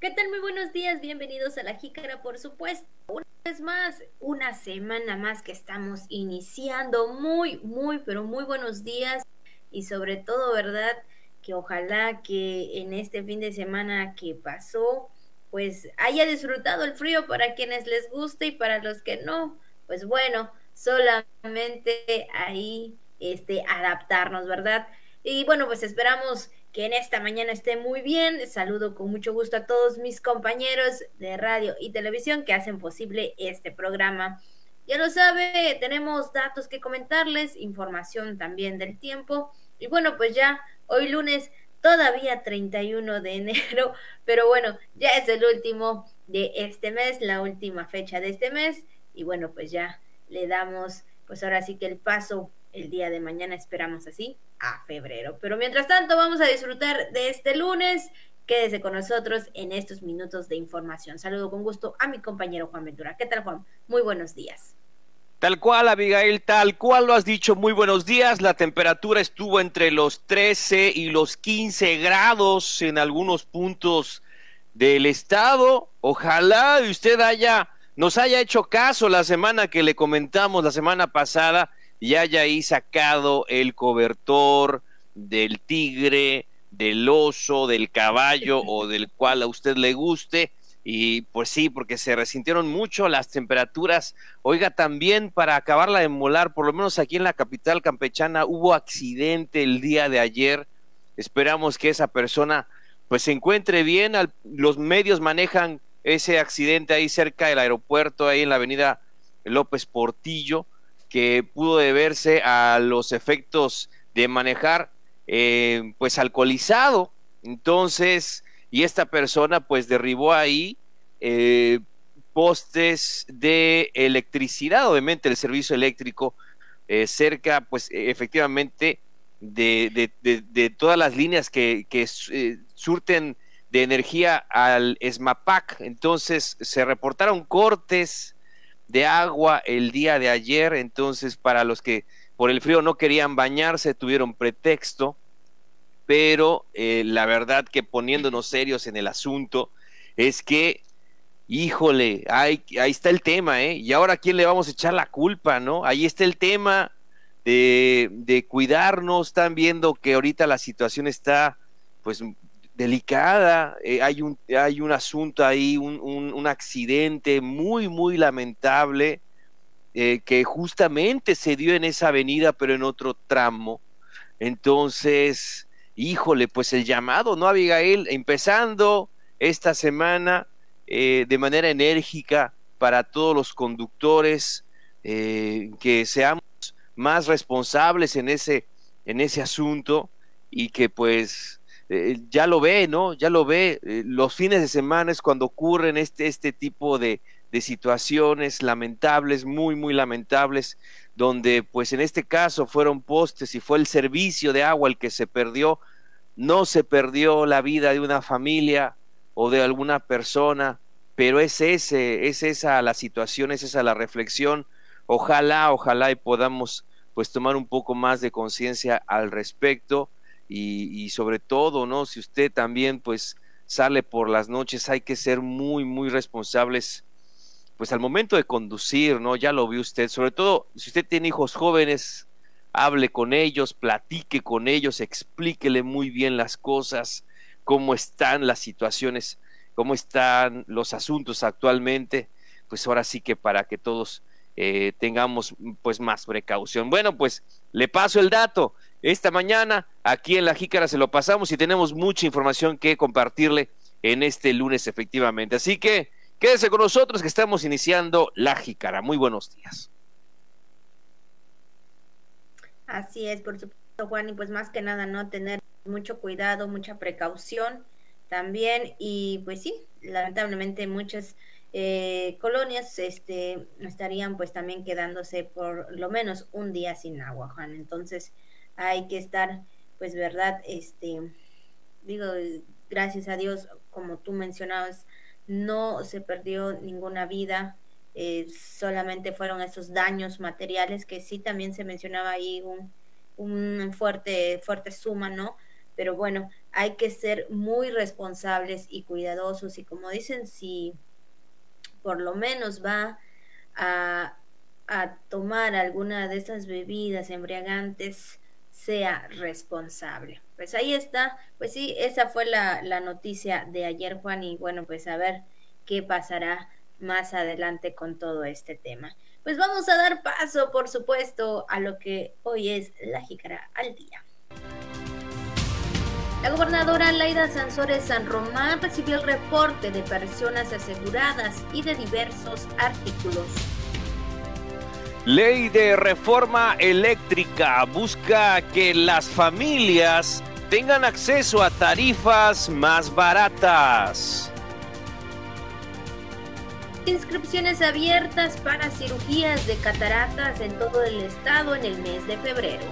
¿Qué tal? Muy buenos días, bienvenidos a La Jícara, por supuesto. Una vez más, una semana más que estamos iniciando. Pero muy buenos días. Y sobre todo, ¿verdad? Que ojalá que en este fin de semana que pasó, pues haya disfrutado el frío para quienes les guste y para los que no, pues bueno, solamente ahí, adaptarnos, ¿verdad? Y bueno, pues esperamos que en esta mañana esté muy bien. Saludo con mucho gusto a todos mis compañeros de radio y televisión que hacen posible este programa. Ya lo sabe, tenemos datos que comentarles, información también del tiempo. Y bueno, pues ya hoy lunes, todavía 31 de enero, pero bueno, ya es el último de este mes, la última fecha de este mes. Y bueno, pues ya le damos, pues ahora sí que el paso el día de mañana, esperamos así, a febrero. Pero mientras tanto, vamos a disfrutar de este lunes. Quédese con nosotros en estos minutos de información. Saludo con gusto a mi compañero Juan Ventura. ¿Qué tal, Juan? Muy buenos días. Tal cual, Abigail, tal cual lo has dicho. Muy buenos días. La temperatura estuvo entre los 13 y los 15 grados en algunos puntos del estado. Ojalá usted nos haya hecho caso la semana que le comentamos la semana pasada y haya ahí sacado el cobertor del tigre, del oso, del caballo o del cual a usted le guste. Y pues sí, porque se resintieron mucho las temperaturas. Oiga, también para acabarla de molar, por lo menos aquí en la capital campechana hubo accidente el día de ayer. Esperamos que esa persona pues se encuentre bien. Los medios manejan ese accidente ahí cerca del aeropuerto, ahí en la avenida López Portillo, que pudo deberse a los efectos de manejar pues alcoholizado. Entonces, y esta persona pues derribó ahí eh, postes de electricidad, obviamente el servicio eléctrico, cerca pues efectivamente de todas las líneas que surten de energía al ESMAPAC. Entonces se reportaron cortes de agua el día de ayer. Entonces, para los que por el frío no querían bañarse, tuvieron pretexto, pero la verdad que poniéndonos serios en el asunto es que, híjole, ahí está el tema, ¿eh? Y ahora, ¿a quién le vamos a echar la culpa, no? Ahí está el tema de cuidarnos. Están viendo que ahorita la situación está, pues, delicada. Hay un asunto ahí, un accidente muy lamentable, que justamente se dio en esa avenida, pero en otro tramo. Entonces, híjole, pues el llamado, ¿no, Abigail? Empezando esta semana de manera enérgica para todos los conductores, que seamos más responsables en ese asunto, y que pues ya lo ve, ¿no? Ya lo ve. Los fines de semana es cuando ocurren este tipo de situaciones lamentables, muy lamentables, donde pues en este caso fueron postes y fue el servicio de agua el que se perdió. No se perdió la vida de una familia o de alguna persona, pero es esa la situación, es esa la reflexión. Ojalá y podamos pues tomar un poco más de conciencia al respecto. Y sobre todo, ¿no? Si usted también pues sale por las noches, hay que ser muy responsables pues al momento de conducir, ¿no? Ya lo vio usted, sobre todo si usted tiene hijos jóvenes, hable con ellos, platique con ellos, explíquele muy bien las cosas, cómo están las situaciones, cómo están los asuntos actualmente. Pues ahora sí que para que todos tengamos pues más precaución. Bueno, pues le paso el dato. Esta mañana aquí en La Jícara se lo pasamos y tenemos mucha información que compartirle en este lunes efectivamente. Así que quédese con nosotros que estamos iniciando La Jícara. Muy buenos días. Así es, por supuesto, Juan, y pues más que nada, ¿no? Tener mucho cuidado, mucha precaución también, y pues sí, lamentablemente muchas colonias estarían pues también quedándose por lo menos un día sin agua, Juan. Entonces hay que estar, pues, verdad, digo, gracias a Dios, como tú mencionabas, no se perdió ninguna vida. Solamente fueron esos daños materiales que sí también se mencionaba ahí un fuerte suma, ¿no? Pero bueno, hay que ser muy responsables y cuidadosos. Y como dicen, si por lo menos va a, a tomar alguna de estas bebidas embriagantes, sea responsable. Pues ahí está, pues sí, esa fue la noticia de ayer, Juan, y bueno, pues a ver qué pasará más adelante con todo este tema. Pues vamos a dar paso, por supuesto, a lo que hoy es la jícara al día. La gobernadora Laida Sansores San Román recibió el reporte de personas aseguradas y de diversos artículos. Ley de reforma eléctrica busca que las familias tengan acceso a tarifas más baratas. Inscripciones abiertas para cirugías de cataratas en todo el estado en el mes de febrero.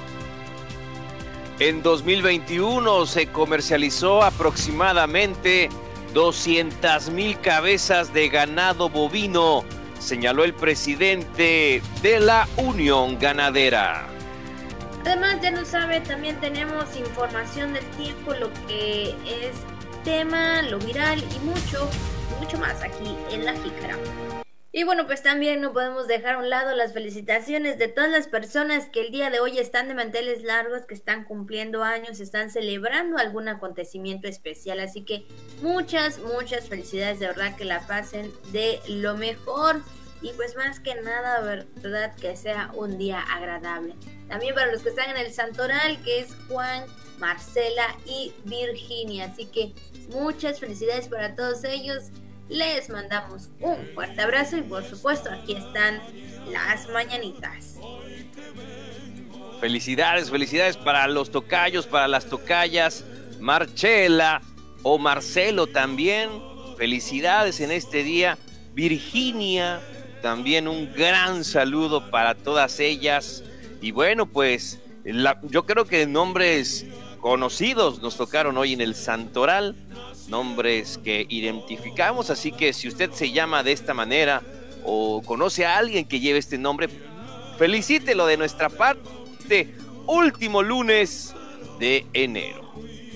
En 2021 se comercializó aproximadamente 200,000 cabezas de ganado bovino, señaló el presidente de la Unión Ganadera. Además, ya lo sabe, también tenemos información del tiempo, lo que es tema, lo viral y mucho más aquí en La Jícara. Y bueno, pues también no podemos dejar a un lado las felicitaciones de todas las personas que el día de hoy están de manteles largos, que están cumpliendo años, están celebrando algún acontecimiento especial. Así que muchas felicidades, de verdad que la pasen de lo mejor. Y pues más que nada, verdad, que sea un día agradable. También para los que están en el Santoral, que es Juan, Marcela y Virginia. Así que muchas felicidades para todos ellos. Les mandamos un fuerte abrazo y por supuesto aquí están las mañanitas. Felicidades para los tocayos, para las tocayas, Marcela o Marcelo también. Felicidades en este día. Virginia, también un gran saludo para todas ellas. Y bueno, pues yo creo que nombres conocidos nos tocaron hoy en el Santoral, nombres que identificamos, así que si usted se llama de esta manera o conoce a alguien que lleve este nombre, felicítelo de nuestra parte, último lunes de enero.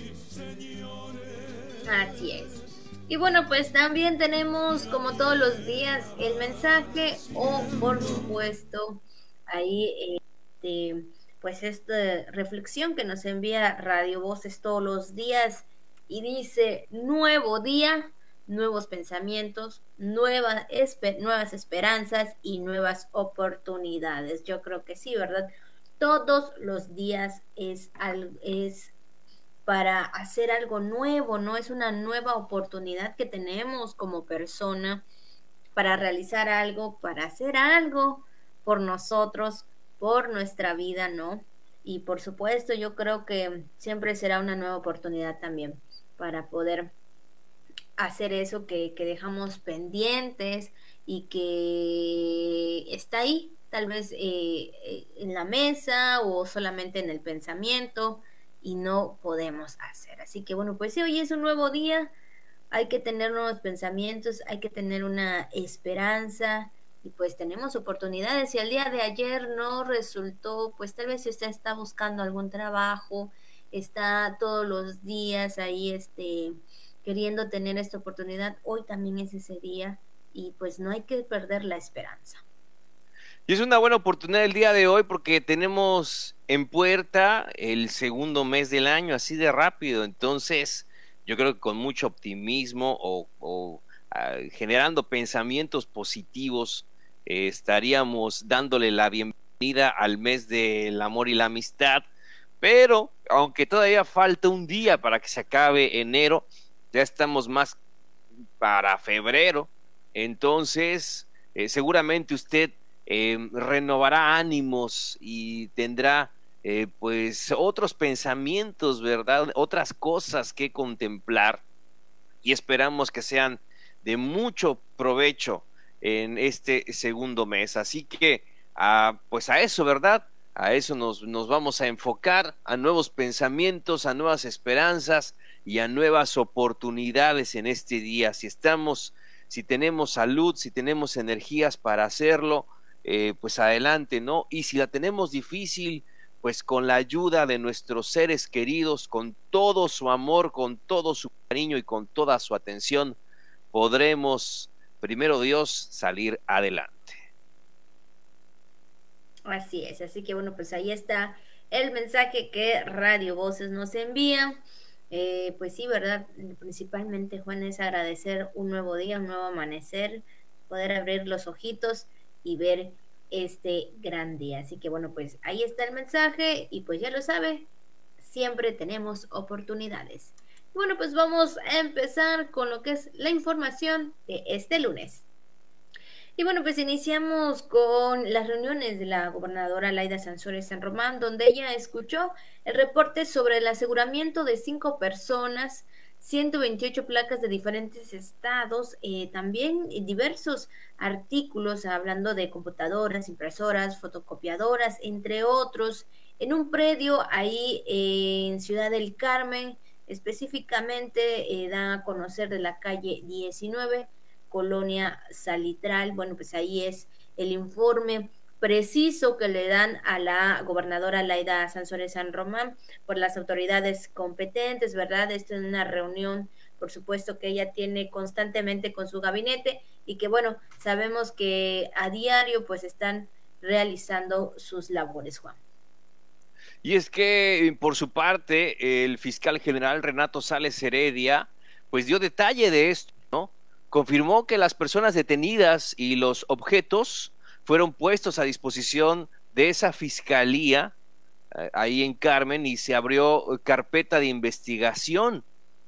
Así es. Y bueno, pues también tenemos, como todos los días, el mensaje o, por supuesto, ahí, pues esta reflexión que nos envía Radio Voces todos los días y dice: nuevo día, nuevos pensamientos, nuevas esperanzas y nuevas oportunidades. Yo creo que sí, ¿verdad? Todos los días es para hacer algo nuevo, ¿no? Es una nueva oportunidad que tenemos como persona para realizar algo, para hacer algo por nosotros, por nuestra vida, ¿no? Y por supuesto, yo creo que siempre será una nueva oportunidad también para poder hacer eso que dejamos pendientes y que está ahí, tal vez en la mesa o solamente en el pensamiento, y no podemos hacer. Así que bueno, pues sí, hoy es un nuevo día, hay que tener nuevos pensamientos, hay que tener una esperanza y pues tenemos oportunidades. Si el día de ayer no resultó, pues tal vez si usted está buscando algún trabajo, está todos los días ahí queriendo tener esta oportunidad, hoy también es ese día y pues no hay que perder la esperanza. Y es una buena oportunidad el día de hoy porque tenemos en puerta el segundo mes del año, así de rápido. Entonces, yo creo que con mucho optimismo o generando pensamientos positivos, estaríamos dándole la bienvenida al mes del amor y la amistad. Pero, aunque todavía falta un día para que se acabe enero, ya estamos más para febrero. Entonces, seguramente usted renovará ánimos y tendrá pues otros pensamientos, ¿verdad? Otras cosas que contemplar y esperamos que sean de mucho provecho en este segundo mes. Así que pues a eso, ¿verdad? A eso nos vamos a enfocar, a nuevos pensamientos, a nuevas esperanzas y a nuevas oportunidades en este día. Si tenemos salud, si tenemos energías para hacerlo, pues adelante, ¿no? Y si la tenemos difícil, pues con la ayuda de nuestros seres queridos, con todo su amor, con todo su cariño y con toda su atención, podremos, primero Dios, salir adelante. Así es, así que bueno, pues ahí está el mensaje que Radio Voces nos envía. Pues sí, ¿verdad? Principalmente, Juan, es agradecer un nuevo día, un nuevo amanecer, poder abrir los ojitos y ver este gran día. Así que bueno, pues ahí está el mensaje y pues ya lo sabe, siempre tenemos oportunidades. Bueno, pues vamos a empezar con lo que es la información de este lunes. Y bueno, pues iniciamos con las reuniones de la gobernadora Laida Sansores San Román, donde ella escuchó el reporte sobre el aseguramiento de 5 personas, 128 placas de diferentes estados, también diversos artículos, hablando de computadoras, impresoras, fotocopiadoras, entre otros, en un predio ahí en Ciudad del Carmen, específicamente da a conocer de la calle 19, Colonia Salitral. Bueno, pues ahí es el informe preciso que le dan a la gobernadora Laida Sansores San Román por las autoridades competentes, ¿verdad? Esto en una reunión, por supuesto, que ella tiene constantemente con su gabinete y que, bueno, sabemos que a diario pues están realizando sus labores, Juan. Y es que, por su parte, el fiscal general Renato Sales Heredia, pues dio detalle de esto, ¿no? Confirmó que las personas detenidas y los objetos fueron puestos a disposición de esa fiscalía ahí en Carmen y se abrió carpeta de investigación.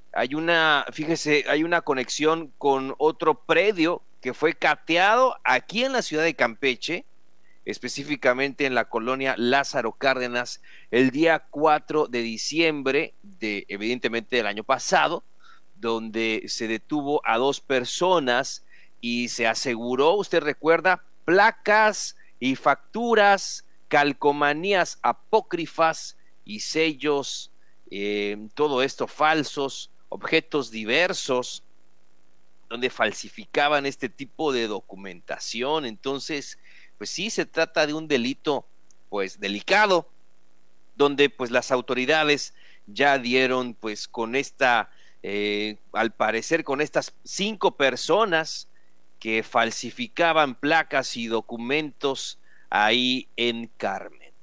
Fíjese, hay una conexión con otro predio que fue cateado aquí en la ciudad de Campeche, específicamente en la colonia Lázaro Cárdenas, el día 4 de diciembre evidentemente del año pasado, donde se detuvo a 2 personas y se aseguró, usted recuerda, placas y facturas, calcomanías apócrifas y sellos, todo esto falsos, objetos diversos, donde falsificaban este tipo de documentación. Entonces, pues sí, se trata de un delito, pues, delicado, donde, pues, las autoridades ya dieron, pues, con esta al parecer con estas 5 personas que falsificaban placas y documentos ahí en Carmen.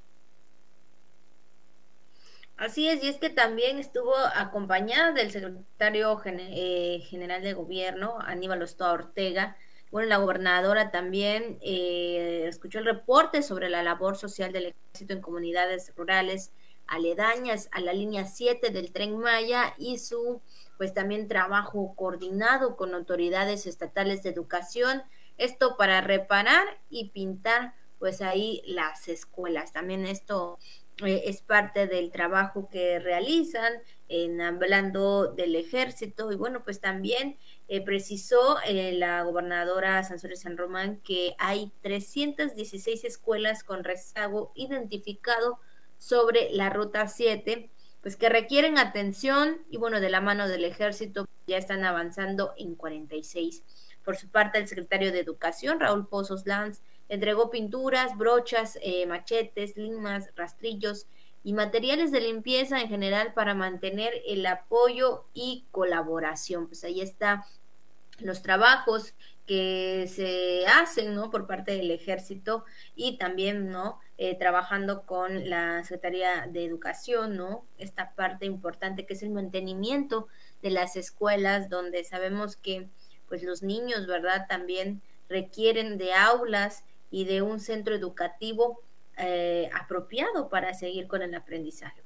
Así es, y es que también estuvo acompañada del secretario general de gobierno, Aníbal Ostoa Ortega. Bueno, la gobernadora también escuchó el reporte sobre la labor social del ejército en comunidades rurales aledañas a la línea 7 del Tren Maya y su pues también trabajo coordinado con autoridades estatales de educación, esto para reparar y pintar pues ahí las escuelas. También esto es parte del trabajo que realizan hablando del ejército y bueno, pues también precisó la gobernadora Sansores San Román que hay 316 escuelas con rezago identificado sobre la ruta 7, pues que requieren atención y bueno, de la mano del ejército ya están avanzando en 46. Por su parte, el secretario de Educación, Raúl Pozos Lanz, entregó pinturas, brochas, machetes, limas, rastrillos y materiales de limpieza en general para mantener el apoyo y colaboración. Pues ahí está los trabajos que se hacen, ¿no? Por parte del ejército y también, ¿no? Trabajando con la Secretaría de Educación, ¿no? Esta parte importante que es el mantenimiento de las escuelas, donde sabemos que, pues, los niños, ¿verdad? También requieren de aulas y de un centro educativo apropiado para seguir con el aprendizaje.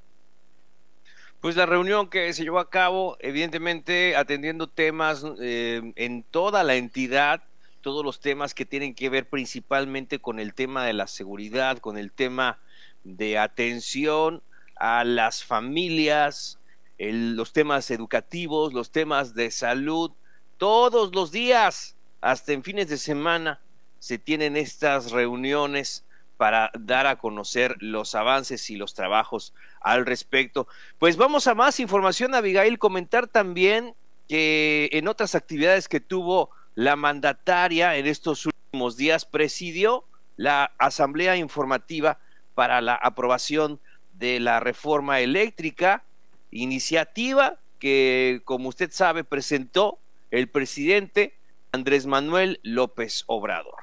Pues la reunión que se llevó a cabo, evidentemente atendiendo temas en toda la entidad, todos los temas que tienen que ver principalmente con el tema de la seguridad, con el tema de atención a las familias, los temas educativos, los temas de salud, todos los días, hasta en fines de semana, se tienen estas reuniones para dar a conocer los avances y los trabajos al respecto. Pues vamos a más información, Abigail, comentar también que en otras actividades que tuvo la mandataria en estos últimos días, presidió la asamblea informativa para la aprobación de la reforma eléctrica, iniciativa que, como usted sabe, presentó el presidente Andrés Manuel López Obrador.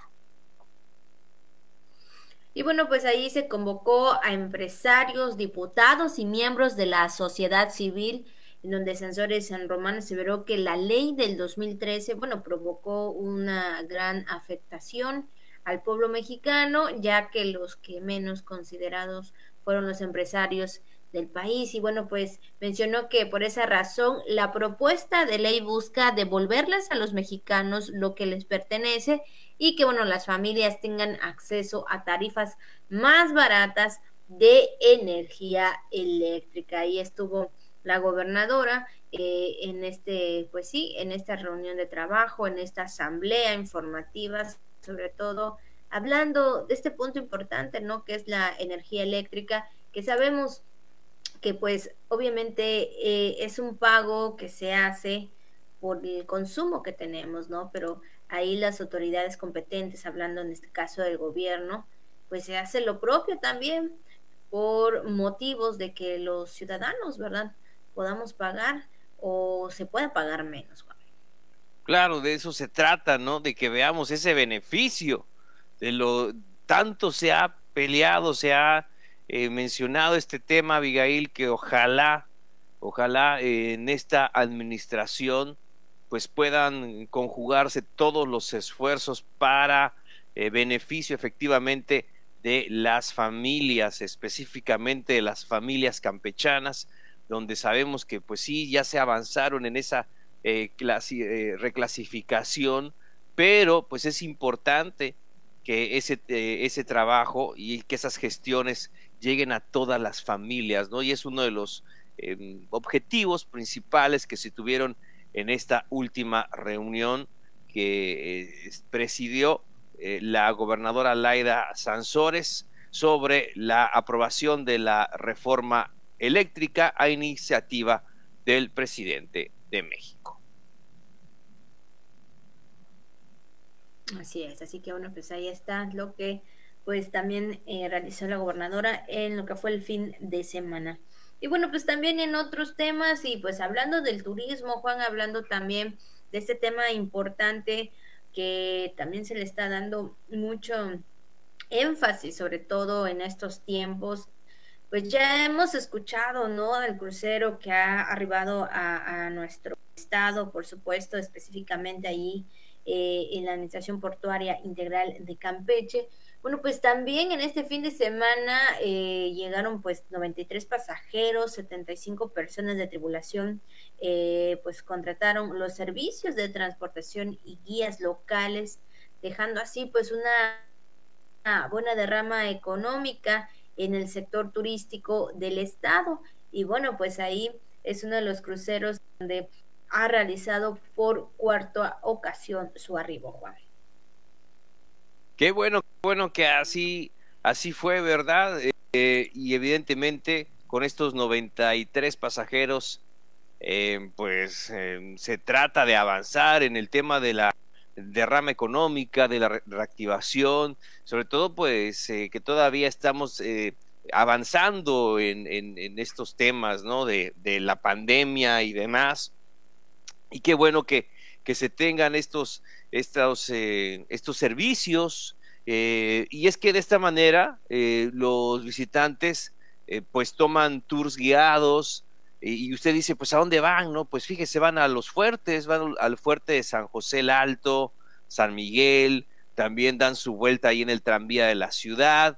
Y bueno, pues ahí se convocó a empresarios, diputados y miembros de la sociedad civil, en donde Sensores en Román aseveró que la ley del 2013, bueno, provocó una gran afectación al pueblo mexicano, ya que los que menos considerados fueron los empresarios del país. Y bueno, pues mencionó que por esa razón la propuesta de ley busca devolverles a los mexicanos lo que les pertenece y que, bueno, las familias tengan acceso a tarifas más baratas de energía eléctrica. Ahí estuvo la gobernadora en pues sí, en esta reunión de trabajo, en esta asamblea informativa, sobre todo hablando de este punto importante, ¿no? Que es la energía eléctrica, que sabemos que pues obviamente es un pago que se hace por el consumo que tenemos, ¿no? Pero ahí las autoridades competentes, hablando en este caso del gobierno, pues se hace lo propio también por motivos de que los ciudadanos, ¿verdad?, podamos pagar o se pueda pagar menos, Juan. Claro, de eso se trata, ¿no? De que veamos ese beneficio de lo tanto se ha peleado, se ha mencionado este tema, Abigail, que ojalá en esta administración pues puedan conjugarse todos los esfuerzos para beneficio efectivamente de las familias, específicamente de las familias campechanas, donde sabemos que pues sí, ya se avanzaron en esa reclasificación, pero pues es importante que ese trabajo y que esas gestiones lleguen a todas las familias, ¿no? Y es uno de los objetivos principales que se tuvieron en esta última reunión que presidió la gobernadora Laida Sansores sobre la aprobación de la reforma eléctrica a iniciativa del presidente de México. Así es, así que bueno, pues ahí está lo que pues también realizó la gobernadora en lo que fue el fin de semana. Y bueno, pues también en otros temas y pues hablando del turismo, Juan, hablando también de este tema importante que también se le está dando mucho énfasis, sobre todo en estos tiempos, pues ya hemos escuchado, ¿no?, del crucero que ha arribado a nuestro estado, por supuesto, específicamente ahí en la Administración Portuaria Integral de Campeche. Bueno, pues también en este fin de semana llegaron pues 93 pasajeros, 75 personas de tripulación, pues contrataron los servicios de transportación y guías locales, dejando así pues una buena derrama económica en el sector turístico del estado. Y bueno, pues ahí es uno de los cruceros donde ha realizado por cuarta ocasión su arribo, Juan. Qué bueno que así fue, ¿verdad? Y evidentemente con estos 93 pasajeros, se trata de avanzar en el tema de la derrama económica, de la reactivación, sobre todo pues que todavía estamos avanzando en estos temas, ¿no? De la pandemia y demás. Y qué bueno que se tengan estos servicios, y es que de esta manera los visitantes pues toman tours guiados, y usted dice, pues ¿a dónde van? No, pues fíjese, van a los fuertes, van al fuerte de San José el Alto, San Miguel, también dan su vuelta ahí en el tranvía de la ciudad,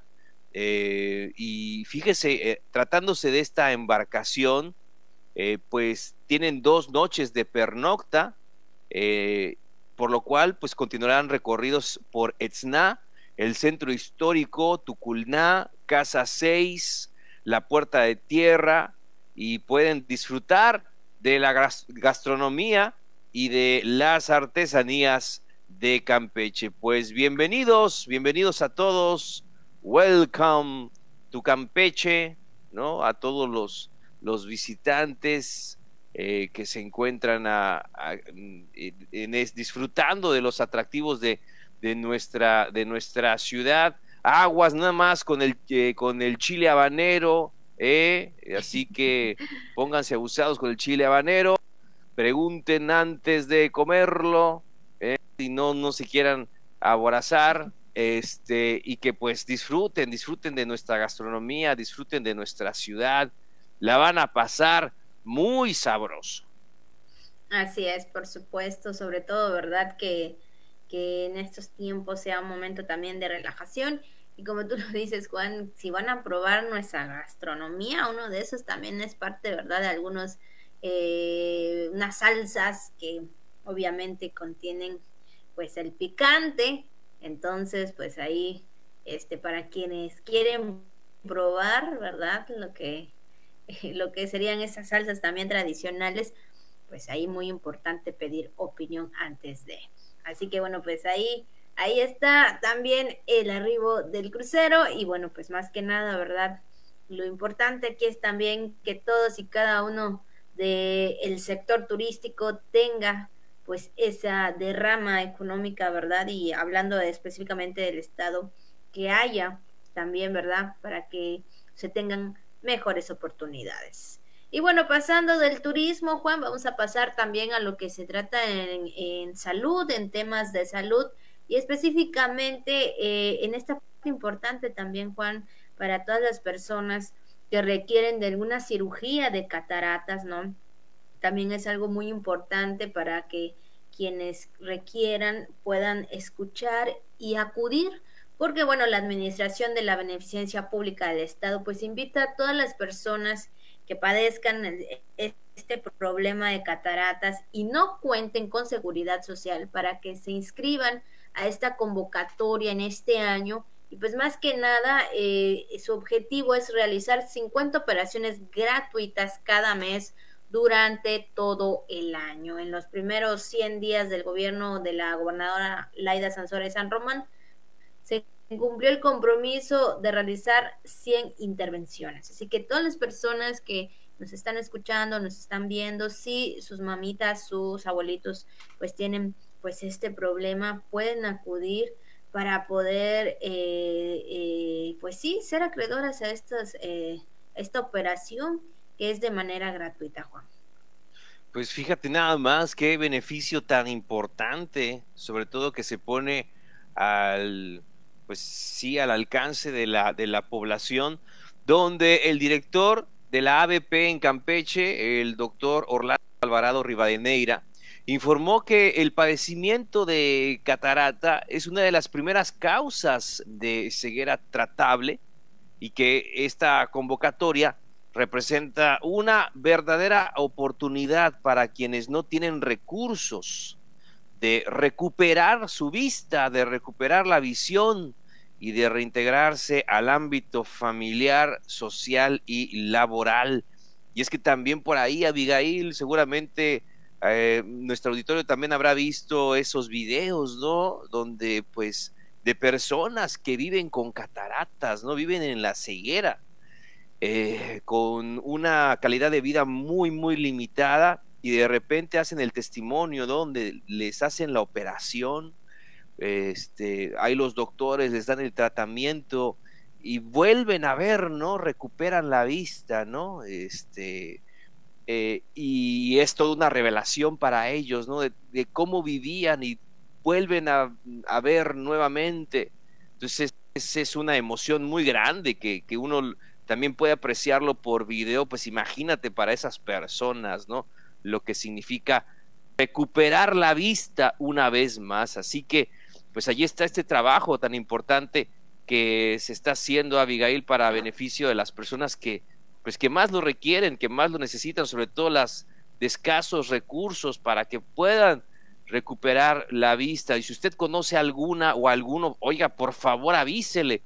y fíjese, tratándose de esta embarcación, pues tienen 2 noches de pernocta, por lo cual pues continuarán recorridos por Etzná, el centro histórico, Tuculná, Casa 6, la Puerta de Tierra, y pueden disfrutar de la gastronomía y de las artesanías de Campeche. Pues bienvenidos a todos, welcome to Campeche, ¿no? A todos los visitantes que se encuentran disfrutando de los atractivos de nuestra ciudad. aguas nada más con el chile habanero, así que pónganse abusados con el chile habanero, pregunten antes de comerlo, si no se quieran aborazar, y que pues disfruten de nuestra gastronomía, disfruten de nuestra ciudad, la van a pasar muy sabroso. Así es, por supuesto, sobre todo, ¿verdad? Que en estos tiempos sea un momento también de relajación. Y como tú lo dices, Juan, si van a probar nuestra gastronomía, uno de esos también es parte, ¿verdad? De algunos, unas salsas que obviamente contienen pues el picante. Entonces, pues ahí, para quienes quieren probar, ¿verdad? Lo que serían esas salsas también tradicionales, pues ahí muy importante pedir opinión antes de. Así que bueno, pues ahí está también el arribo del crucero y bueno, pues más que nada, ¿verdad? Lo importante aquí es también que todos y cada uno del sector turístico tenga pues esa derrama económica, ¿verdad? Y hablando específicamente del estado, que haya también, ¿verdad? Para que se tengan mejores oportunidades. Y bueno, pasando del turismo, Juan, vamos a pasar también a lo que se trata en salud, en temas de salud, y específicamente en esta parte importante también, Juan, para todas las personas que requieren de alguna cirugía de cataratas, ¿no? También es algo muy importante para que quienes requieran puedan escuchar y acudir, porque bueno, la Administración de la Beneficencia Pública del Estado pues invita a todas las personas que padezcan este problema de cataratas y no cuenten con seguridad social para que se inscriban a esta convocatoria en este año. Y pues más que nada, su objetivo es realizar 50 operaciones gratuitas cada mes durante todo el año. En los primeros 100 días del gobierno de la gobernadora Laida Sansores San Román, se cumplió el compromiso de realizar 100 intervenciones. Así que todas las personas que nos están escuchando, nos están viendo, si sus mamitas, sus abuelitos, pues tienen pues este problema, pueden acudir para poder, pues sí, ser acreedoras a esta operación que es de manera gratuita, Juan. Pues fíjate nada más qué beneficio tan importante, sobre todo que se pone al, pues sí, al alcance de la población, donde el director de la ABP en Campeche, el doctor Orlando Alvarado Rivadeneira, informó que el padecimiento de catarata es una de las primeras causas de ceguera tratable y que esta convocatoria representa una verdadera oportunidad para quienes no tienen recursos de recuperar su vista, de recuperar la visión y de reintegrarse al ámbito familiar, social y laboral. Y es que también por ahí, Abigail, seguramente nuestro auditorio también habrá visto esos videos, ¿no? Donde pues de personas que viven con cataratas, ¿no? Viven en la ceguera, con una calidad de vida muy, muy limitada y de repente hacen el testimonio, ¿no? Donde les hacen la operación, ahí los doctores les dan el tratamiento y vuelven a ver, ¿no? Recuperan la vista, ¿no? Y es toda una revelación para ellos, ¿no? De cómo vivían y vuelven a ver nuevamente. Entonces es una emoción muy grande que uno también puede apreciarlo por video, pues imagínate para esas personas, ¿no? Lo que significa recuperar la vista una vez más. Así que, pues allí está este trabajo tan importante que se está haciendo, Abigail, para beneficio de las personas pues que más lo requieren, que más lo necesitan, sobre todo las de escasos recursos para que puedan recuperar la vista. Y si usted conoce alguna o alguno, oiga, por favor avísele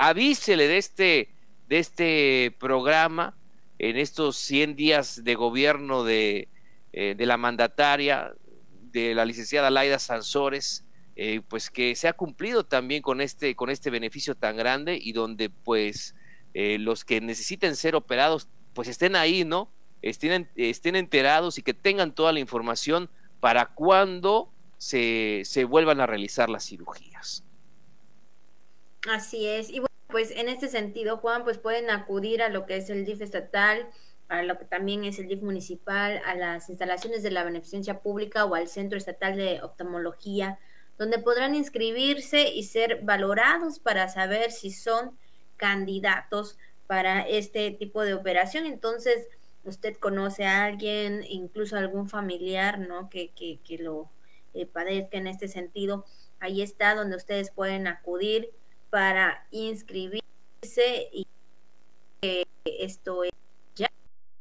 de este programa en estos 100 días de gobierno de la mandataria, de la licenciada Laida Sansores, pues que se ha cumplido también con este beneficio tan grande y donde pues los que necesiten ser operados pues estén ahí, ¿no? Estén enterados y que tengan toda la información para cuando se vuelvan a realizar las cirugías. Así es. Y bueno, pues en este sentido, Juan, pues pueden acudir a lo que es el DIF estatal, a lo que también es el DIF municipal, a las instalaciones de la beneficencia pública o al Centro Estatal de Oftalmología, donde podrán inscribirse y ser valorados para saber si son candidatos para este tipo de operación. Entonces, usted conoce a alguien, incluso algún familiar, ¿no? Que lo padezca en este sentido. Ahí está donde ustedes pueden acudir para inscribirse y esto es ya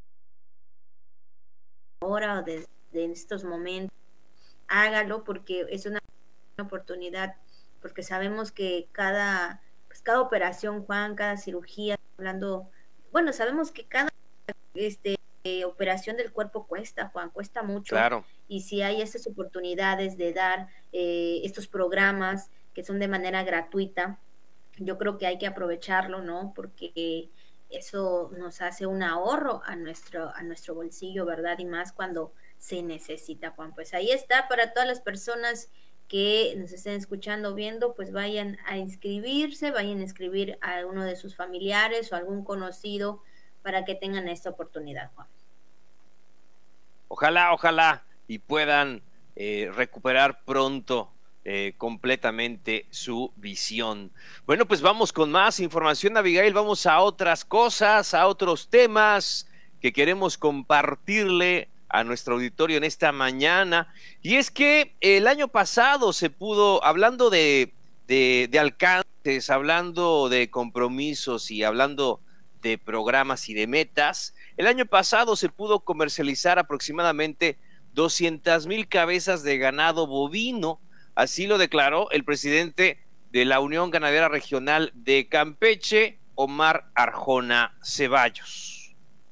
ahora o desde estos momentos. Hágalo porque es una oportunidad, porque sabemos que cada operación, Juan, cada cirugía, hablando, bueno, sabemos que cada operación del cuerpo cuesta, Juan, cuesta mucho, Claro. y si hay estas oportunidades de dar estos programas que son de manera gratuita, yo creo que hay que aprovecharlo, ¿no? Porque eso nos hace un ahorro a nuestro bolsillo, ¿verdad? Y más cuando se necesita, Juan. Pues ahí está para todas las personas que nos estén escuchando, viendo, pues vayan a inscribirse, vayan a inscribir a uno de sus familiares o algún conocido para que tengan esta oportunidad, Juan. Ojalá, ojalá y puedan recuperar pronto completamente su visión. Bueno, pues vamos con más información, Abigail. Vamos a otras cosas, a otros temas que queremos compartirle a nuestro auditorio en esta mañana. Y es que el año pasado se pudo, hablando de alcances, hablando de compromisos y hablando de programas y de metas, el año pasado se pudo comercializar aproximadamente 200,000 cabezas de ganado bovino. Así lo declaró el presidente de la Unión Ganadera Regional de Campeche, Omar Arjona Ceballos.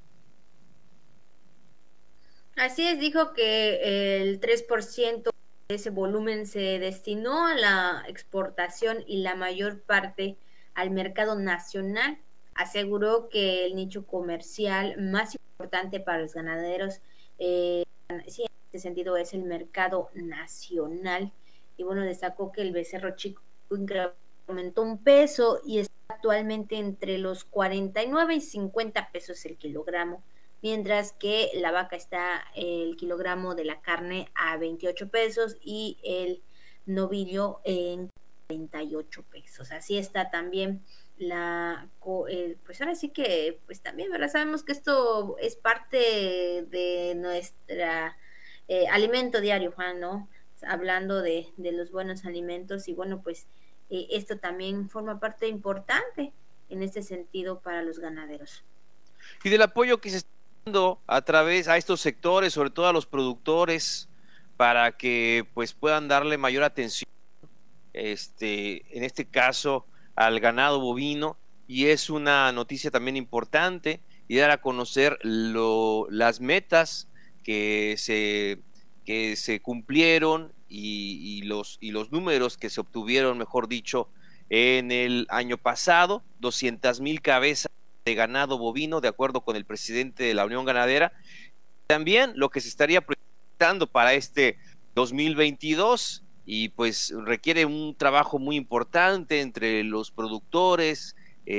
Así es, dijo que el 3% de ese volumen se destinó a la exportación y la mayor parte al mercado nacional. Aseguró que el nicho comercial más importante para los ganaderos, sí, en este sentido, es el mercado nacional. Y bueno, destacó que el becerro chico incrementó un peso y está actualmente entre los 49 y 50 pesos el kilogramo, mientras que la vaca está el kilogramo de la carne a 28 pesos y el novillo en 38 pesos. Así está también pues ahora sí que, pues también, ¿verdad? Sabemos que esto es parte de nuestra alimento diario, Juan, ¿no? Hablando de los buenos alimentos y bueno, pues esto también forma parte importante en este sentido para los ganaderos. Y del apoyo que se está dando a través a estos sectores, sobre todo a los productores, para que pues puedan darle mayor atención, en este caso al ganado bovino, y es una noticia también importante y dar a conocer las metas que se cumplieron y los números que se obtuvieron, mejor dicho, en el año pasado. 200,000 cabezas de ganado bovino, de acuerdo con el presidente de la Unión Ganadera. También lo que se estaría proyectando para este 2022, y pues requiere un trabajo muy importante entre los productores,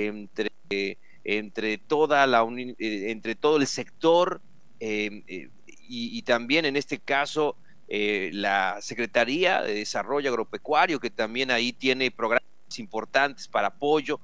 entre entre todo el sector, y también en este caso la Secretaría de Desarrollo Agropecuario, que también ahí tiene programas importantes para apoyo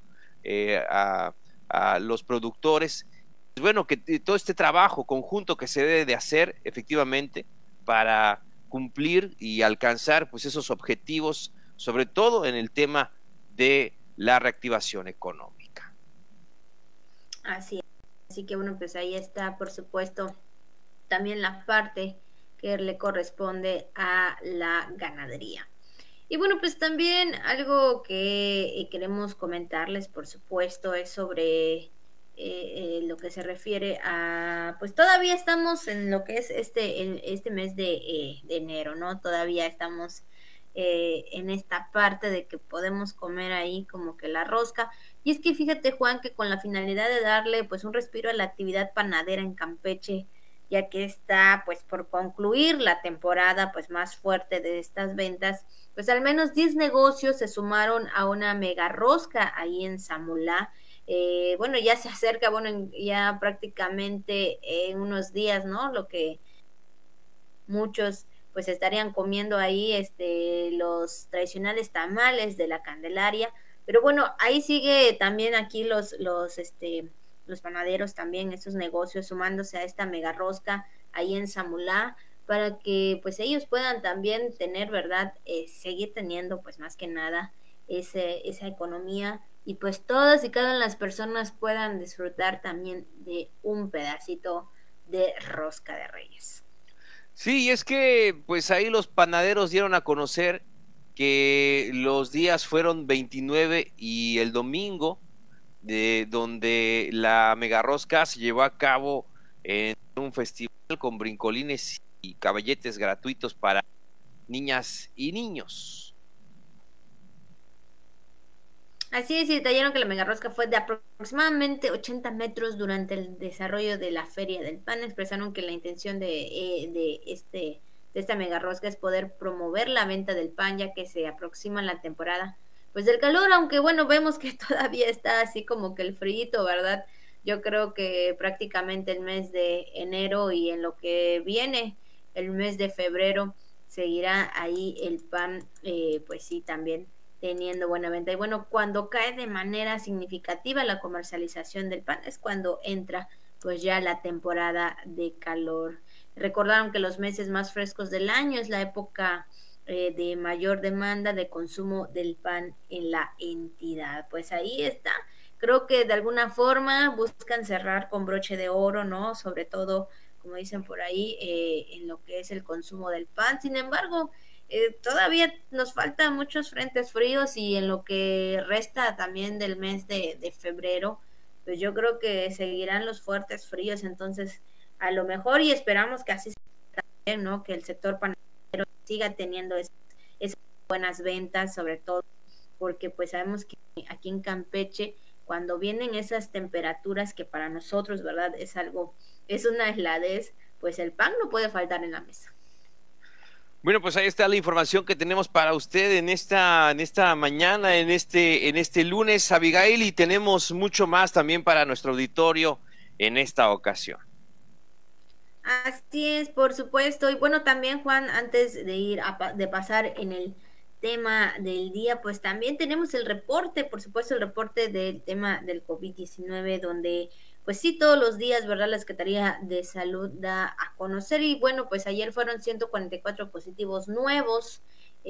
a los productores. Pues bueno, que todo este trabajo conjunto que se debe de hacer efectivamente para cumplir y alcanzar pues esos objetivos, sobre todo en el tema de la reactivación económica. Así es. Así que bueno, pues ahí está, por supuesto, también la parte que le corresponde a la ganadería. Y bueno, pues también algo que queremos comentarles, por supuesto, es sobre lo que se refiere a, pues todavía estamos en lo que es este mes de enero, ¿no? Todavía estamos en esta parte de que podemos comer ahí como que la rosca. Y es que fíjate, Juan, que con la finalidad de darle pues un respiro a la actividad panadera en Campeche, ya que está pues por concluir la temporada pues más fuerte de estas ventas. Pues al menos 10 negocios se sumaron a una mega rosca ahí en Samulá. Bueno, ya se acerca, bueno, ya prácticamente en unos días, ¿no? Lo que muchos pues estarían comiendo ahí los tradicionales tamales de la Candelaria, pero bueno, ahí sigue también aquí los panaderos también, estos negocios sumándose a esta mega rosca ahí en Samulá, para que pues ellos puedan también tener, ¿verdad? Seguir teniendo pues más que nada esa economía y pues todas y cada una de las personas puedan disfrutar también de un pedacito de rosca de Reyes. Sí, es que pues ahí los panaderos dieron a conocer que los días fueron 29 y el domingo, de donde la mega rosca se llevó a cabo en un festival con brincolines y caballetes gratuitos para niñas y niños. Así es, y detallaron que la megarrosca fue de aproximadamente 80 metros durante el desarrollo de la Feria del Pan. Expresaron que la intención de esta megarrosca es poder promover la venta del pan, ya que se aproxima la temporada pues del calor, aunque bueno, vemos que todavía está así como que el frío, ¿verdad? Yo creo que prácticamente el mes de enero y en lo que viene, el mes de febrero, seguirá ahí el pan, pues sí, también teniendo buena venta. Y bueno, cuando cae de manera significativa la comercialización del pan es cuando entra pues ya la temporada de calor. Recordaron que los meses más frescos del año es la época de mayor demanda de consumo del pan en la entidad. Pues ahí está. Creo que de alguna forma buscan cerrar con broche de oro, ¿no? Sobre todo, como dicen por ahí, en lo que es el consumo del pan. Sin embargo, todavía nos faltan muchos frentes fríos y en lo que resta también del mes de febrero, pues yo creo que seguirán los fuertes fríos, entonces a lo mejor y esperamos que así sea también, ¿no? Que el sector panadero siga teniendo esas buenas ventas, sobre todo porque pues sabemos que aquí en Campeche, cuando vienen esas temperaturas que para nosotros, ¿verdad? Es algo, es una heladez, pues el pan no puede faltar en la mesa. Bueno, pues ahí está la información que tenemos para usted en esta mañana, en este lunes, Abigail, y tenemos mucho más también para nuestro auditorio en esta ocasión. Así es, por supuesto. Y bueno, también Juan, antes de de pasar en el tema del día, pues también tenemos el reporte, por supuesto, el reporte del tema del COVID-19, donde pues sí, todos los días, ¿verdad? La Secretaría de Salud da a conocer y bueno, pues ayer fueron 144 positivos nuevos,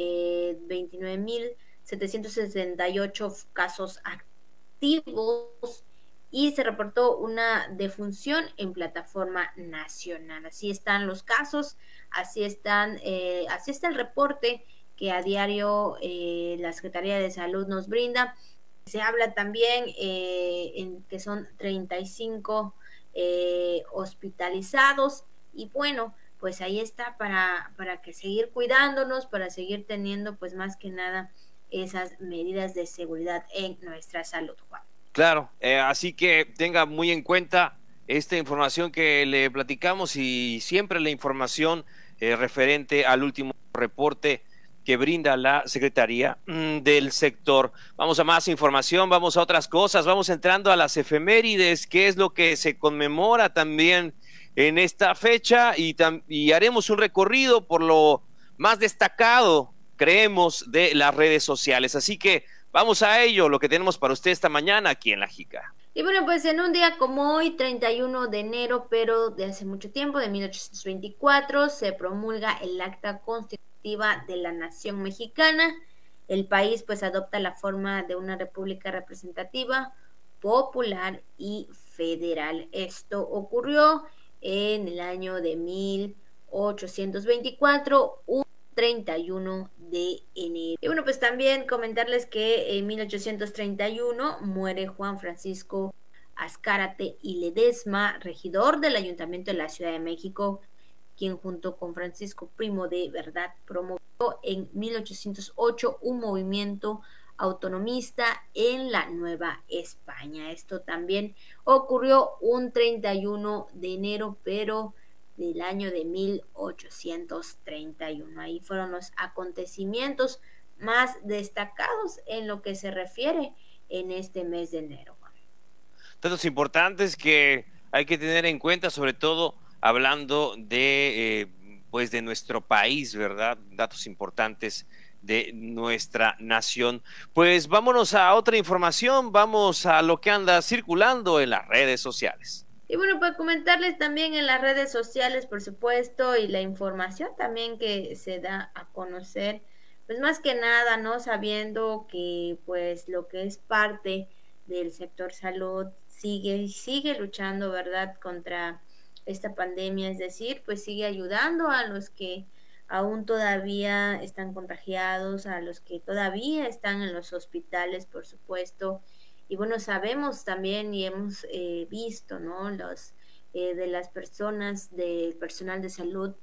29.768 casos activos y se reportó una defunción en plataforma nacional. Así están los casos, así está el reporte que a diario la Secretaría de Salud nos brinda. Se habla también en que son 35 hospitalizados y bueno, pues ahí está para que seguir cuidándonos, para seguir teniendo pues más que nada esas medidas de seguridad en nuestra salud, Juan. Claro, así que tenga muy en cuenta esta información que le platicamos y siempre la información referente al último reporte que brinda la Secretaría del sector. Vamos a más información, vamos a otras cosas, vamos entrando a las efemérides, que es lo que se conmemora también en esta fecha y haremos un recorrido por lo más destacado, creemos, de las redes sociales. Así que vamos a ello, lo que tenemos para usted esta mañana aquí en La Jica. Y bueno, pues en un día como hoy, 31 de enero, pero de hace mucho tiempo, de 1824, se promulga el Acta Constitutiva de la Nación Mexicana. El país pues adopta la forma de una república representativa, popular y federal. Esto ocurrió en el año de 1824, un 31 de enero. Y bueno, pues también comentarles que en 1831 muere Juan Francisco Azcárate y Ledesma, regidor del Ayuntamiento de la Ciudad de México, quien junto con Francisco Primo de Verdad promovió en 1808 un movimiento autonomista en la Nueva España. Esto también ocurrió un 31 de enero, pero del año de 1831. Ahí fueron los acontecimientos más destacados en lo que se refiere en este mes de enero. Datos importantes que hay que tener en cuenta, sobre todo hablando de, pues de nuestro país, ¿verdad? Datos importantes de nuestra nación. Pues vámonos a otra información, vamos a lo que anda circulando en las redes sociales. Y bueno, para comentarles también en las redes sociales, por supuesto, y la información también que se da a conocer, pues más que nada, ¿no? Sabiendo que pues lo que es parte del sector salud sigue luchando, ¿verdad?, contra esta pandemia, es decir, pues sigue ayudando a los que aún todavía están contagiados, a los que todavía están en los hospitales, por supuesto. Y bueno, sabemos también y hemos visto, ¿no? De las personas, del personal de salud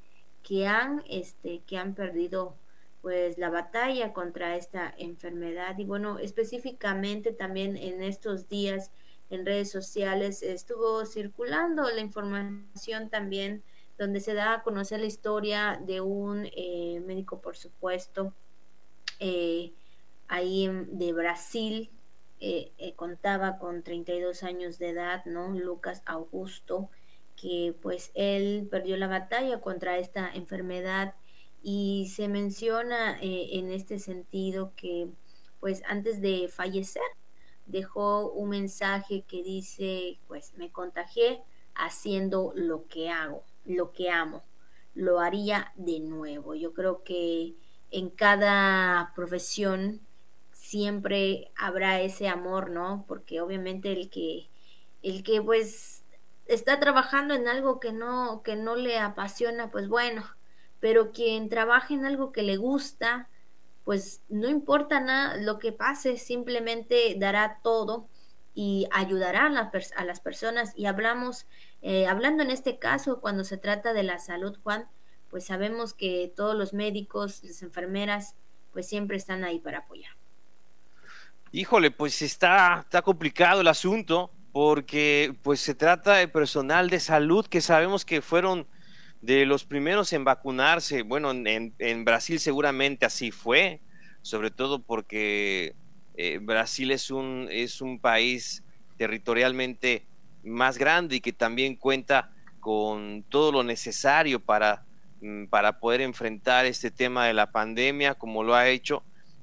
que han perdido pues la batalla contra esta enfermedad. Y bueno, específicamente también en estos días en redes sociales estuvo circulando la información también donde se da a conocer la historia de un médico, por supuesto, eh, de Brasil, contaba con 32 años de edad, ¿no? Lucas Augusto, que pues él perdió la batalla contra esta enfermedad y se menciona en este sentido que pues antes de fallecer dejó un mensaje que dice, pues me contagié haciendo lo que hago, lo que amo, lo haría de nuevo. Yo creo que en cada profesión siempre habrá ese amor, ¿no? Porque obviamente el que pues está trabajando en algo que no le apasiona, pues bueno, pero quien trabaja en algo que le gusta, pues no importa nada lo que pase, simplemente dará todo y ayudará a las personas. Y hablando en este caso, cuando se trata de la salud, Juan, pues sabemos que todos los médicos, las enfermeras, pues siempre están ahí para apoyar. Híjole, pues está complicado el asunto porque pues se trata de personal de salud que sabemos que fueron de los primeros en vacunarse. Bueno, en Brasil seguramente así fue, sobre todo porque Brasil es un país territorialmente más grande y que también cuenta con todo lo necesario para poder enfrentar este tema de la pandemia como lo ha hecho.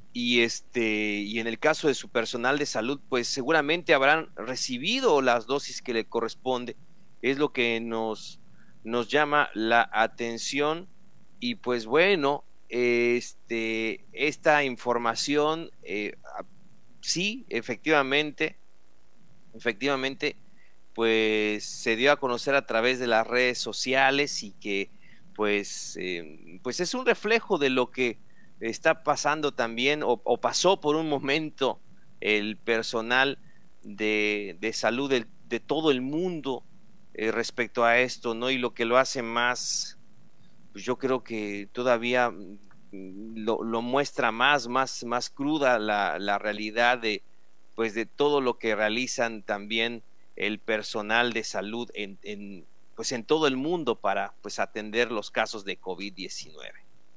Y en el caso de su personal de salud, pues seguramente habrán recibido las dosis que le corresponde. Es lo que nos llama la atención. Y pues bueno, esta información, sí, efectivamente, pues se dio a conocer a través de las redes sociales y que pues es un reflejo de lo que está pasando también o pasó por un momento el personal de salud de todo el mundo respecto a esto, ¿no? Y lo que lo hace más, pues yo creo que todavía lo muestra más cruda la realidad pues de todo lo que realizan también el personal de salud pues en todo el mundo para pues atender los casos de COVID-19.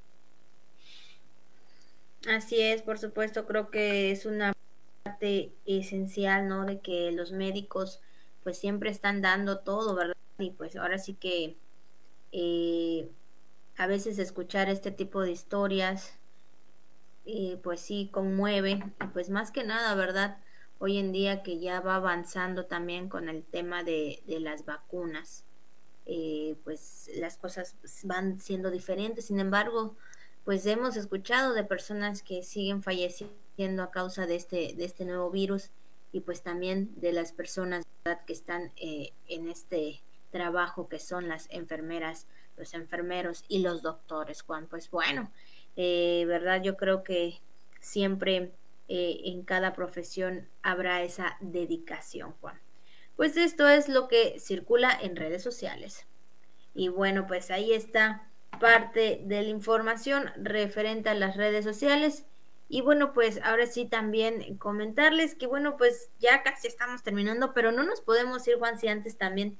Así es, por supuesto, creo que es una parte esencial, ¿no? De que los médicos pues siempre están dando todo, ¿verdad? Y pues ahora sí que eh, a veces escuchar este tipo de historias pues sí conmueve y pues más que nada, ¿verdad? Hoy en día que ya va avanzando también con el tema de las vacunas, pues las cosas van siendo diferentes. Sin embargo, pues hemos escuchado de personas que siguen falleciendo a causa de este nuevo virus y pues también de las personas, ¿verdad?, que están en este trabajo que son las enfermeras, los enfermeros y los doctores, Juan. Pues bueno, ¿verdad? Yo creo que siempre en cada profesión habrá esa dedicación, Juan. Pues esto es lo que circula en redes sociales. Y bueno, pues ahí está parte de la información referente a las redes sociales. Y bueno, pues ahora sí también comentarles que bueno, pues ya casi estamos terminando, pero no nos podemos ir, Juan, si antes también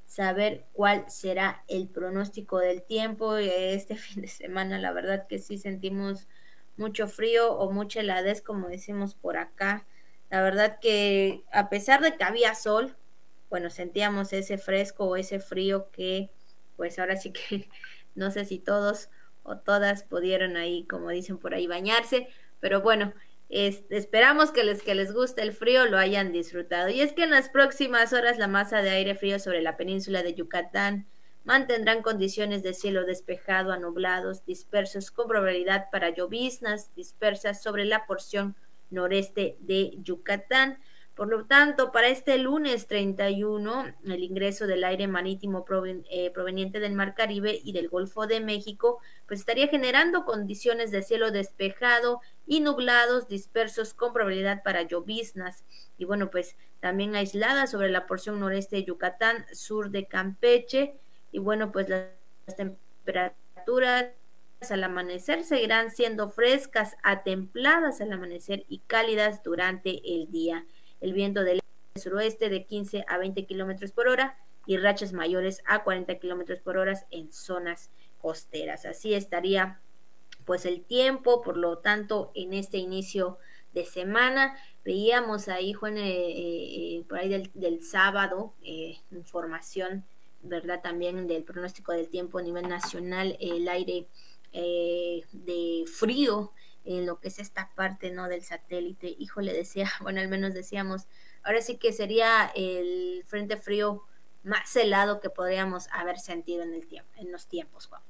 saber cuál será el pronóstico del tiempo. Este fin de semana, la verdad que sí sentimos mucho frío o mucha heladez, como decimos por acá. La verdad que a pesar de que había sol, bueno, sentíamos ese fresco o ese frío que, pues ahora sí que no sé si todos o todas pudieron ahí, como dicen por ahí, bañarse, pero bueno, esperamos que les guste el frío, lo hayan disfrutado. Y es que en las próximas horas la masa de aire frío sobre la península de Yucatán mantendrán condiciones de cielo despejado a nublados, dispersos, con probabilidad para lloviznas dispersas sobre la porción noreste de Yucatán. Por lo tanto, para este lunes 31, el ingreso del aire marítimo proveniente del Mar Caribe y del Golfo de México, pues estaría generando condiciones de cielo despejado y nublados dispersos con probabilidad para lloviznas. Y bueno, pues también aisladas sobre la porción noreste de Yucatán, sur de Campeche. Y bueno, pues las temperaturas al amanecer seguirán siendo frescas a templadas al amanecer y cálidas durante el día. El viento del suroeste de 15 a 20 kilómetros por hora y rachas mayores a 40 kilómetros por hora en zonas costeras. Así estaría pues el tiempo, por lo tanto, en este inicio de semana. Veíamos ahí, Juan, por ahí del sábado, información, ¿verdad? También del pronóstico del tiempo a nivel nacional, el aire de frío en lo que es esta parte, ¿no? Del satélite. Híjole, decía, bueno, al menos decíamos, ahora sí que sería el frente frío más helado que podríamos haber sentido en el tiempo, en los tiempos, Juan.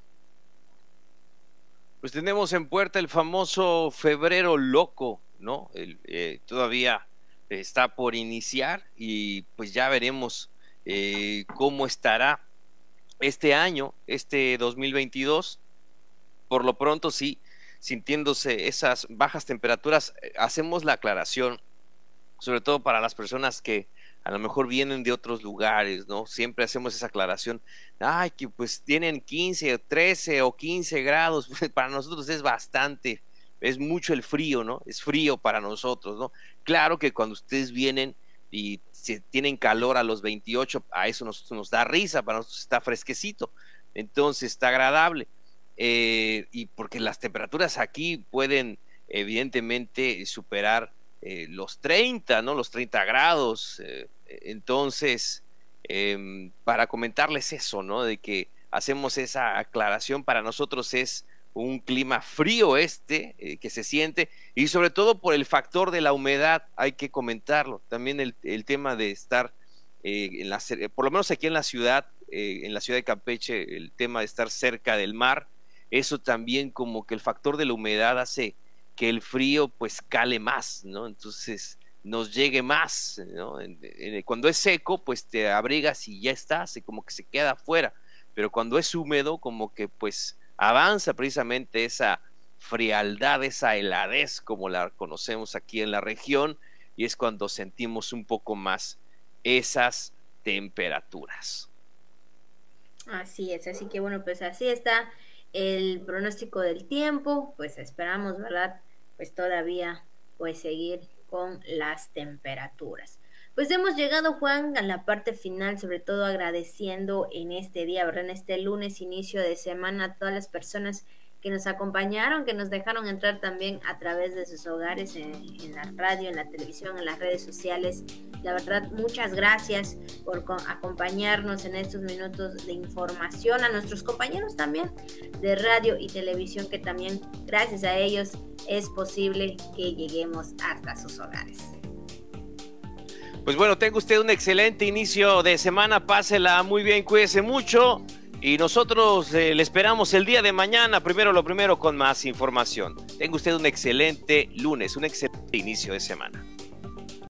Pues tenemos en puerta el famoso febrero loco, ¿no? Todavía está por iniciar y pues ya veremos cómo estará este año, este 2022. Por lo pronto sí, sintiéndose esas bajas temperaturas, hacemos la aclaración, sobre todo para las personas que a lo mejor vienen de otros lugares, ¿no? Siempre hacemos esa aclaración, ay, que pues tienen 15, 13 o 15 grados, para nosotros es bastante, es mucho el frío, ¿no? Es frío para nosotros, ¿no? Claro que cuando ustedes vienen y si tienen calor a los 28, a eso nos da risa, para nosotros está fresquecito, entonces está agradable. Y porque las temperaturas aquí pueden evidentemente superar los 30, ¿no? Los 30 grados. Entonces, para comentarles eso, ¿no? De que hacemos esa aclaración, para nosotros es un clima frío que se siente, y sobre todo por el factor de la humedad, hay que comentarlo. También el tema de estar, por lo menos aquí en la ciudad de Campeche, el tema de estar cerca del mar, eso también como que el factor de la humedad hace que el frío pues cale más, ¿no? Entonces nos llegue más, ¿no? Cuando es seco pues te abrigas y ya está, como que se queda afuera, pero cuando es húmedo como que pues avanza precisamente esa frialdad, esa heladez como la conocemos aquí en la región, y es cuando sentimos un poco más esas temperaturas. Así es, así que bueno, pues así está el pronóstico del tiempo, pues esperamos, ¿verdad? Pues todavía pues seguir con las temperaturas. Pues hemos llegado, Juan, a la parte final, sobre todo agradeciendo en este día, ¿verdad? En este lunes, inicio de semana, a todas las personas que nos acompañaron, que nos dejaron entrar también a través de sus hogares, en la radio, en la televisión, en las redes sociales. La verdad, muchas gracias por acompañarnos en estos minutos de información, a nuestros compañeros también de radio y televisión, que también gracias a ellos es posible que lleguemos hasta sus hogares. Pues bueno, tenga usted un excelente inicio de semana, pásela muy bien, cuídese mucho. Y nosotros le esperamos el día de mañana, lo primero, con más información. Tenga usted un excelente lunes, un excelente inicio de semana.